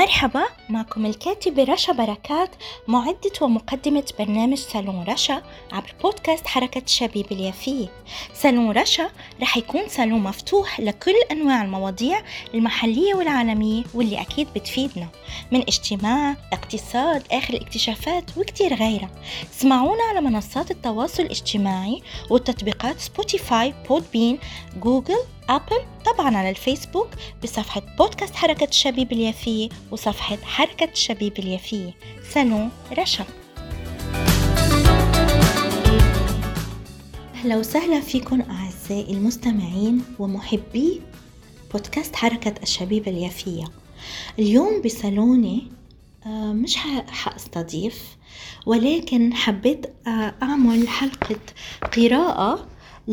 مرحبا، معكم الكاتبة رشا بركات، معدة ومقدمة برنامج صالون رشا عبر بودكاست حركة الشبيب اليافية. صالون رشا رح يكون صالون مفتوح لكل أنواع المواضيع المحلية والعالمية واللي أكيد بتفيدنا، من اجتماع، اقتصاد، آخر الاكتشافات وكتير غيرها. اسمعونا على منصات التواصل الاجتماعي والتطبيقات سبوتيفاي، بودبين، جوجل، أبل، طبعا على الفيسبوك بصفحة بودكاست حركة الشبيب اليافية وصفحة حركة الشبيب اليافية. صالون رشا. أهلا وسهلا فيكم أعزائي المستمعين ومحبي بودكاست حركة الشبيب اليافية. اليوم بصالوني مش حأستضيف، ولكن حبيت أعمل حلقة قراءة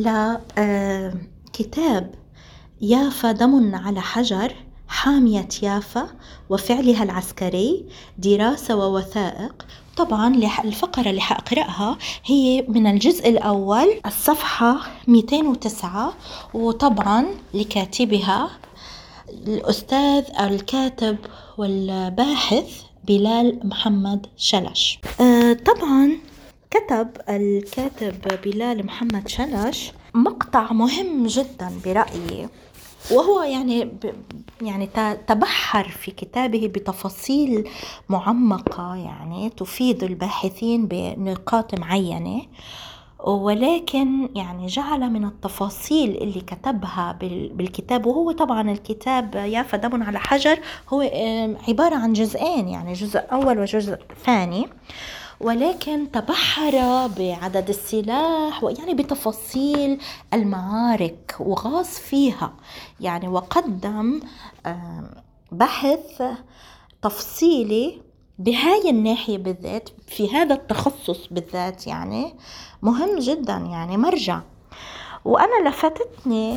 لكتاب يافا دم على حجر، حامية يافا وفعلها العسكري، دراسة ووثائق. طبعا الفقرة اللي حأقرأها هي من الجزء الأول الصفحة 209، وطبعا لكاتبها الأستاذ الكاتب والباحث بلال محمد شلش. طبعا كتب الكاتب بلال محمد شلش مقطع مهم جدا برأيي، وهو يعني تبحر في كتابه بتفاصيل معمقة يعني تفيد الباحثين بنقاط معينة، ولكن يعني جعل من التفاصيل اللي كتبها بالكتاب، وهو طبعا الكتاب يافا دم على حجر هو عبارة عن جزئين، يعني جزء أول وجزء ثاني، ولكن تبحر بعدد السلاح ويعني بتفاصيل المعارك وغاص فيها يعني، وقدم بحث تفصيلي بهاي الناحية بالذات، في هذا التخصص بالذات، يعني مهم جدا، يعني مرجع. وأنا لفتتني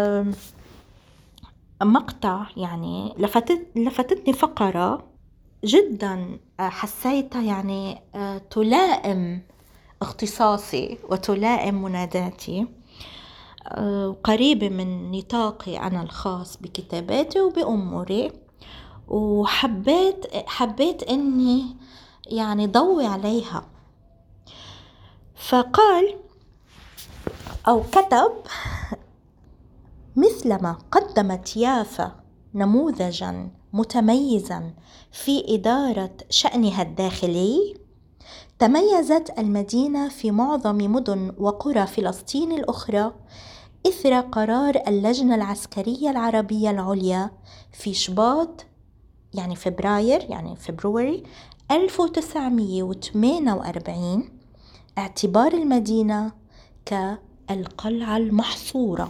مقطع، يعني لفتتني فقرة جدا حسيتها يعني تلائم اختصاصي وتلائم مناداتي، قريبة من نطاقي أنا الخاص بكتاباتي وبأموري، وحبيت أني يعني ضوي عليها. فقال أو كتب: مثلما قدمت يافا نموذجا متميزا في إدارة شأنها الداخلي، تميزت المدينة في معظم مدن وقرى فلسطين الأخرى إثر قرار اللجنة العسكرية العربية العليا في شباط يعني فبراير 1948 اعتبار المدينة كالقلعة المحصورة،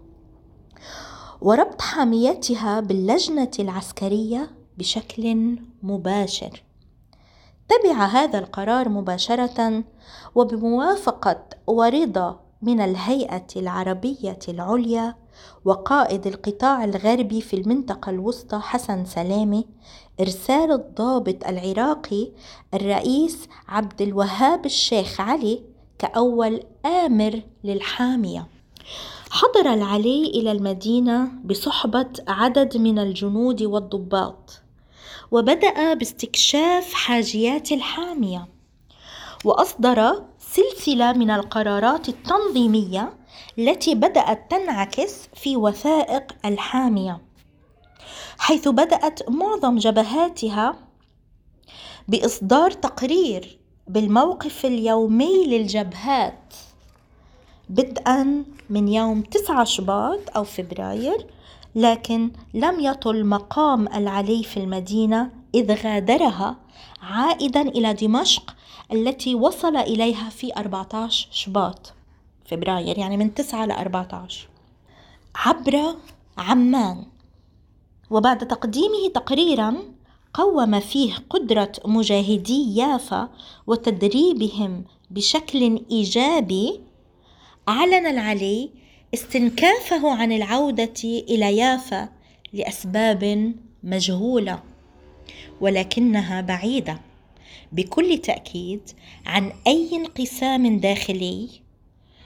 وربط حاميتها باللجنة العسكرية بشكل مباشر. تبع هذا القرار مباشرة وبموافقة ورضا من الهيئة العربية العليا وقائد القطاع الغربي في المنطقة الوسطى حسن سلامة، إرسال الضابط العراقي الرئيس عبد الوهاب الشيخ علي كأول آمر للحامية. حضر العلي إلى المدينة بصحبة عدد من الجنود والضباط، وبدأ باستكشاف حاجيات الحامية، وأصدر سلسلة من القرارات التنظيمية التي بدأت تنعكس في وثائق الحامية، حيث بدأت معظم جبهاتها بإصدار تقرير بالموقف اليومي للجبهات بدءا من يوم 9 شباط أو فبراير، لكن لم يطل مقام العلي في المدينة إذ غادرها عائدا إلى دمشق التي وصل إليها في 14 شباط فبراير، يعني من 9 ل 14، عبر عمان. وبعد تقديمه تقريرا قوم فيه قدرة مجاهدي يافا وتدريبهم بشكل إيجابي، أعلن العلي استنكافه عن العودة إلى يافا لأسباب مجهولة ولكنها بعيدة بكل تأكيد عن أي انقسام داخلي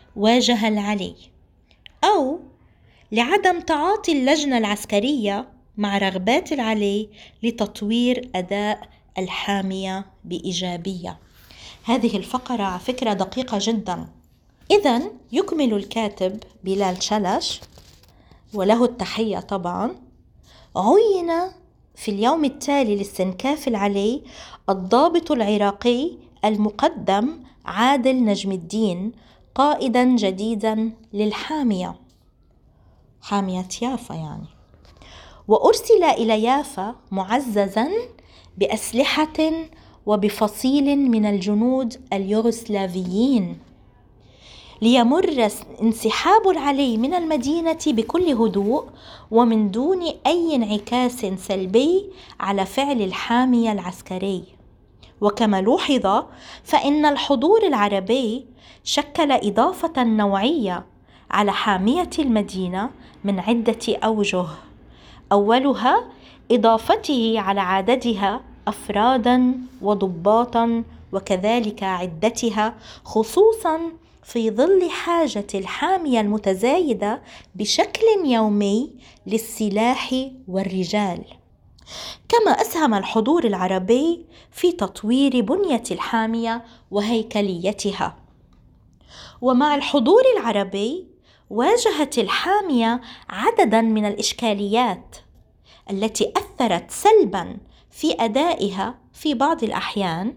واجه العلي، أو لعدم تعاطي اللجنة العسكرية مع رغبات العلي لتطوير أداء الحامية بإيجابية. هذه الفقرة على فكرة دقيقة جدا. إذن يكمل الكاتب بلال شلش وله التحية طبعا: عين في اليوم التالي لاستنكاف العلي الضابط العراقي المقدم عادل نجم الدين قائدا جديدا للحامية، حامية يافا يعني، وأرسل إلى يافا معززا بأسلحة وبفصيل من الجنود اليوغوسلافيين، ليمر انسحاب العلي من المدينة بكل هدوء ومن دون أي انعكاس سلبي على فعل الحامية العسكري. وكما لوحظ فإن الحضور العربي شكل إضافة نوعية على حامية المدينة من عدة أوجه، أولها إضافته على عددها أفرادا وضباطا وكذلك عدتها، خصوصا في ظل حاجة الحامية المتزايدة بشكل يومي للسلاح والرجال. كما أسهم الحضور العربي في تطوير بنية الحامية وهيكليتها. ومع الحضور العربي واجهت الحامية عددا من الإشكاليات التي أثرت سلبا في أدائها في بعض الأحيان،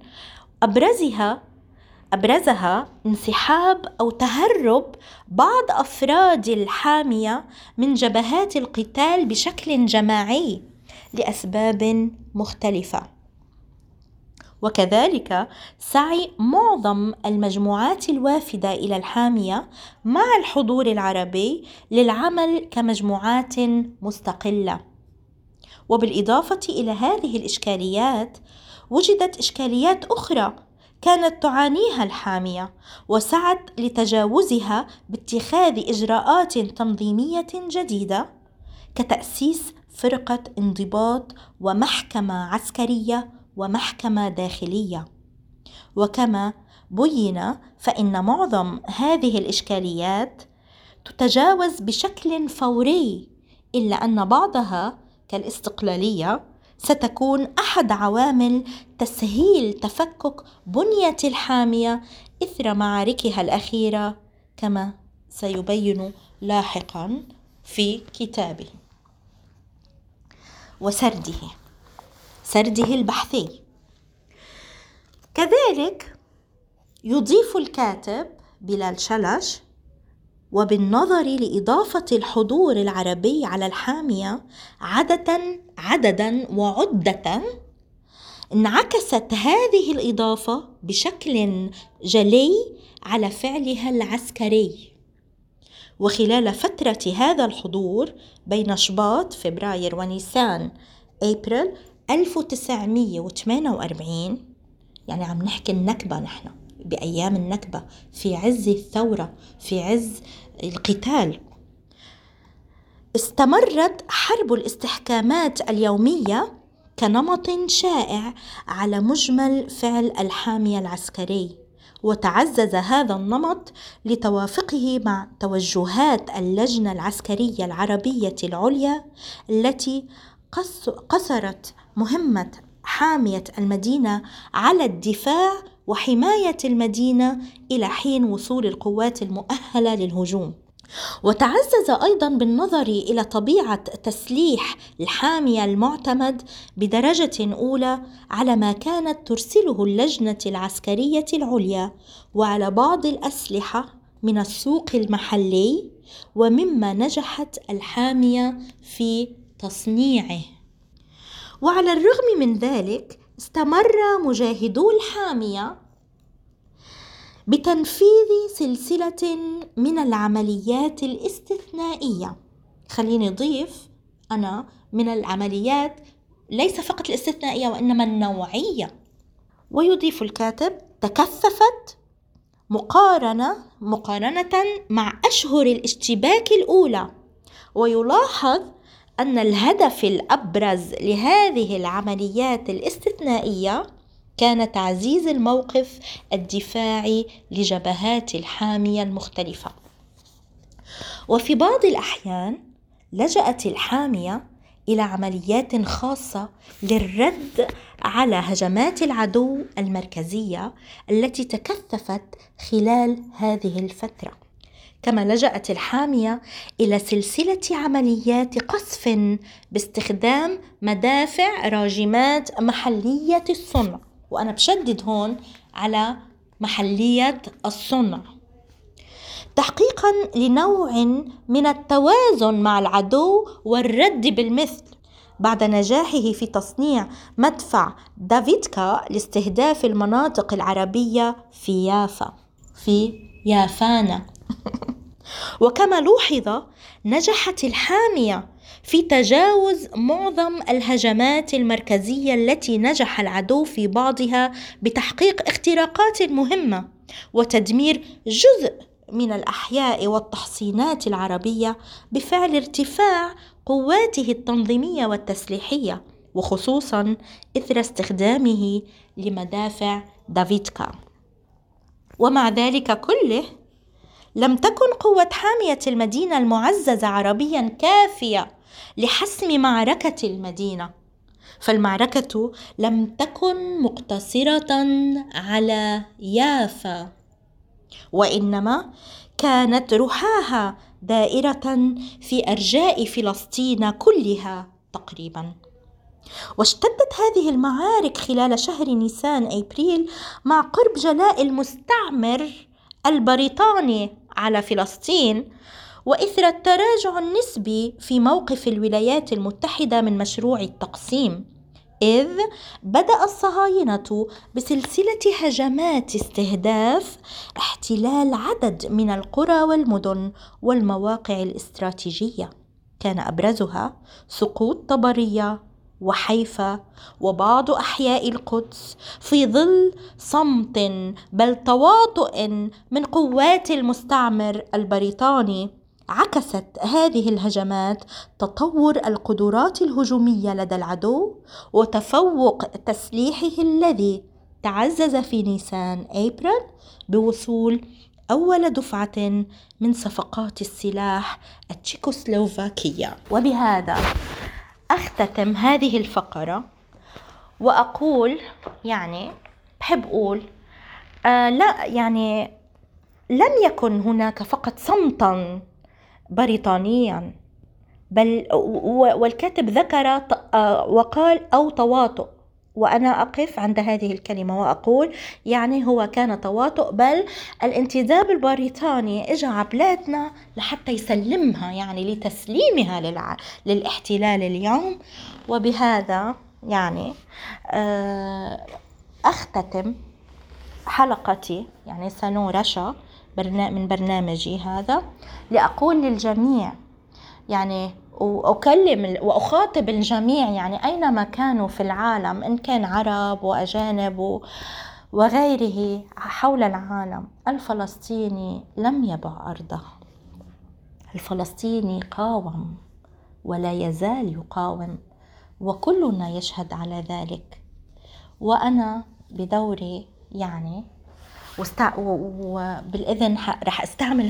أبرزها انسحاب أو تهرب بعض أفراد الحامية من جبهات القتال بشكل جماعي لأسباب مختلفة، وكذلك سعي معظم المجموعات الوافدة إلى الحامية مع الحضور العربي للعمل كمجموعات مستقلة. وبالإضافة إلى هذه الإشكاليات وجدت إشكاليات أخرى كانت تعانيها الحامية وسعت لتجاوزها باتخاذ إجراءات تنظيمية جديدة كتأسيس فرقة انضباط ومحكمة عسكرية ومحكمة داخلية. وكما بين فإن معظم هذه الإشكاليات تتجاوز بشكل فوري، إلا أن بعضها كالاستقلالية ستكون أحد عوامل تسهيل تفكك بنية الحامية إثر معاركها الأخيرة، كما سيبين لاحقا في كتابه وسرده البحثي. كذلك يضيف الكاتب بلال شلش: وبالنظر لإضافة الحضور العربي على الحامية عددا وعدة، انعكست هذه الإضافة بشكل جلي على فعلها العسكري. وخلال فترة هذا الحضور بين شباط فبراير ونيسان أبريل 1948، يعني عم نحكي النكبة، نحن بأيام النكبة في عز الثورة في عز القتال، استمرت حرب الاستحكامات اليومية كنمط شائع على مجمل فعل الحامية العسكري. وتعزز هذا النمط لتوافقه مع توجهات اللجنة العسكرية العربية العليا التي قصرت مهمة حامية المدينة على الدفاع وحماية المدينة إلى حين وصول القوات المؤهلة للهجوم. وتعزز أيضا بالنظر إلى طبيعة تسليح الحامية المعتمد بدرجة أولى على ما كانت ترسله اللجنة العسكرية العليا، وعلى بعض الأسلحة من السوق المحلي ومما نجحت الحامية في تصنيعه. وعلى الرغم من ذلك استمر مجاهدو الحامية بتنفيذ سلسلة من العمليات الاستثنائية. خليني أضيف أنا من العمليات ليس فقط الاستثنائية وإنما النوعية. ويضيف الكاتب: تكثفت مقارنة مع أشهر الاشتباك الأولى. ويلاحظ أن الهدف الأبرز لهذه العمليات الاستثنائية كان تعزيز الموقف الدفاعي لجبهات الحامية المختلفة. وفي بعض الأحيان لجأت الحامية إلى عمليات خاصة للرد على هجمات العدو المركزية التي تكثفت خلال هذه الفترة. كما لجأت الحامية إلى سلسلة عمليات قصف باستخدام مدافع راجمات محلية الصنع، وأنا بشدد هون على محلية الصنع، تحقيقا لنوع من التوازن مع العدو والرد بالمثل بعد نجاحه في تصنيع مدفع دافيدكا لاستهداف المناطق العربية في يافانا. وكما لوحظ نجحت الحامية في تجاوز معظم الهجمات المركزية التي نجح العدو في بعضها بتحقيق اختراقات مهمة وتدمير جزء من الأحياء والتحصينات العربية بفعل ارتفاع قواته التنظيمية والتسليحية، وخصوصا إثر استخدامه لمدافع دافيدكا. ومع ذلك كله لم تكن قوة حامية المدينة المعززة عربيا كافية لحسم معركة المدينة، فالمعركة لم تكن مقتصرة على يافا، وإنما كانت رحاها دائرة في أرجاء فلسطين كلها تقريبا. واشتدت هذه المعارك خلال شهر نيسان أبريل مع قرب جلاء المستعمر البريطاني على فلسطين، وإثر التراجع النسبي في موقف الولايات المتحدة من مشروع التقسيم، إذ بدأ الصهاينة بسلسلة هجمات استهداف احتلال عدد من القرى والمدن والمواقع الاستراتيجية، كان أبرزها سقوط طبرية وحيفا وبعض أحياء القدس في ظل صمت بل تواطؤ من قوات المستعمر البريطاني. عكست هذه الهجمات تطور القدرات الهجومية لدى العدو وتفوق تسليحه الذي تعزز في نيسان أبريل بوصول أول دفعة من صفقات السلاح التشيكوسلوفاكية. وبهذا أختتم هذه الفقرة وأقول بحب أقول لم يكن هناك فقط صمتا بريطانيا، بل والكاتب ذكر وقال أو تواطؤ، وأنا أقف عند هذه الكلمة وأقول هو كان تواطؤ، بل الانتداب البريطاني إجا على بلادنا لحتى يسلمها لتسليمها للاحتلال اليوم. وبهذا أختتم حلقتي سالون رشا من برنامجي هذا، لأقول للجميع وأكلم وأخاطب الجميع أينما كانوا في العالم، إن كان عرب وأجانب وغيره حول العالم، الفلسطيني لم يبع أرضه، الفلسطيني قاوم ولا يزال يقاوم، وكلنا يشهد على ذلك. وأنا بدوري وبالإذن رح استعمل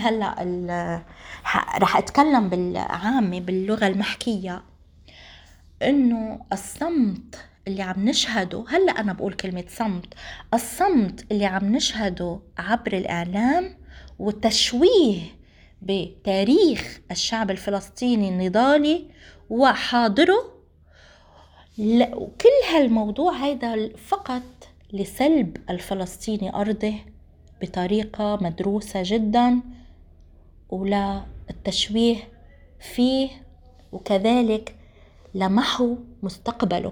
رح أتكلم بالعامة باللغة المحكية، إنه الصمت اللي عم نشهده هلأ، أنا بقول كلمة صمت، الصمت اللي عم نشهده عبر الإعلام والتشويه بتاريخ الشعب الفلسطيني النضالي وحاضره، وكل هالموضوع هيدا فقط لسلب الفلسطيني أرضه بطريقة مدروسة جدا، ولا التشويه فيه، وكذلك لمحو مستقبله.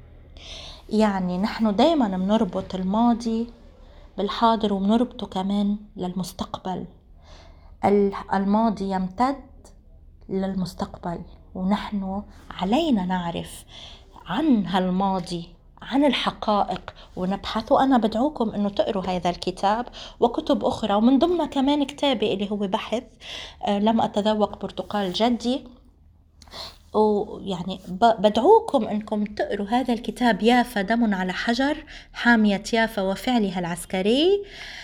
نحن دايما بنربط الماضي بالحاضر وبنربطه كمان للمستقبل. الماضي يمتد للمستقبل، ونحن علينا نعرف عن هالماضي، عن الحقائق، ونبحث. وأنا بدعوكم أنه تقروا هذا الكتاب وكتب أخرى، ومن ضمنها كمان كتابي اللي هو بحث لم أتذوق برتقال جدي. بدعوكم أنكم تقروا هذا الكتاب، يافا دم على حجر، حامية يافا وفعلها العسكري،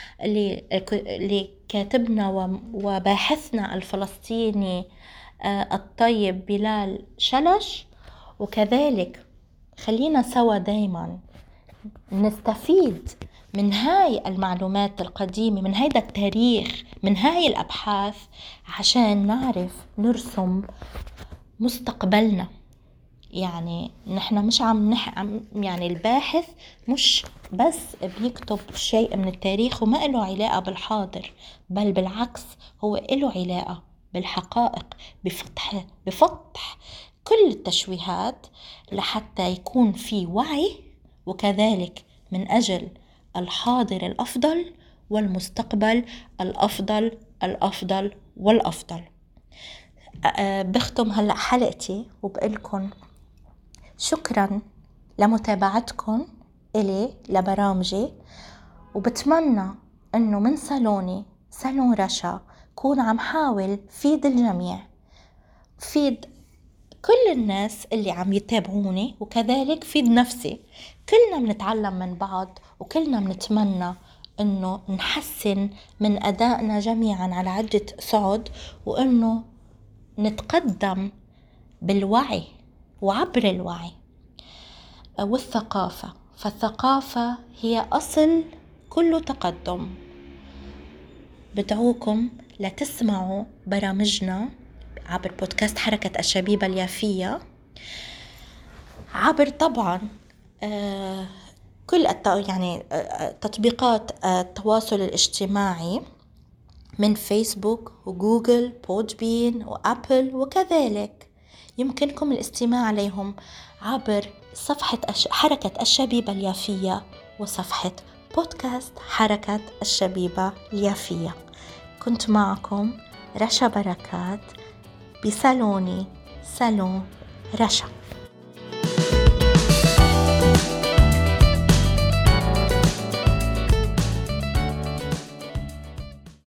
لكاتبنا وباحثنا الفلسطيني الطيب بلال شلش. وكذلك خلينا سوا دايما نستفيد من هاي المعلومات القديمة، من هيدا التاريخ، من هاي الأبحاث، عشان نعرف نرسم مستقبلنا. يعني نحن مش يعني الباحث مش بس بيكتب شيء من التاريخ وما له علاقة بالحاضر، بل بالعكس هو له علاقة بالحقائق، بفتح كل التشويهات لحتى يكون في وعي، وكذلك من أجل الحاضر الأفضل والمستقبل الأفضل الأفضل والأفضل. بختم هلأ حلقتي وبقلكن شكرا لمتابعتكن إلي لبرامجي، وبتمنى أنه من صالوني صالون رشا كون عم حاول فيد الجميع، فيد كل الناس اللي عم يتابعوني، وكذلك فيد نفسي. كلنا بنتعلم من بعض، وكلنا بنتمنى أنه نحسن من أدائنا جميعا على عدة صعد، وأنه نتقدم بالوعي وعبر الوعي والثقافة. فالثقافة هي أصل كل تقدم. بدعوكم لتسمعوا برامجنا عبر بودكاست حركة الشبيبة اليافية، عبر طبعا كل تطبيقات التواصل الاجتماعي من فيسبوك وجوجل بودبين وأبل، وكذلك يمكنكم الاستماع عليهم عبر صفحة حركة الشبيبة اليافية وصفحة بودكاست حركة الشبيبة اليافية. كنت معكم رشا بركات بصالوني صالون رشا.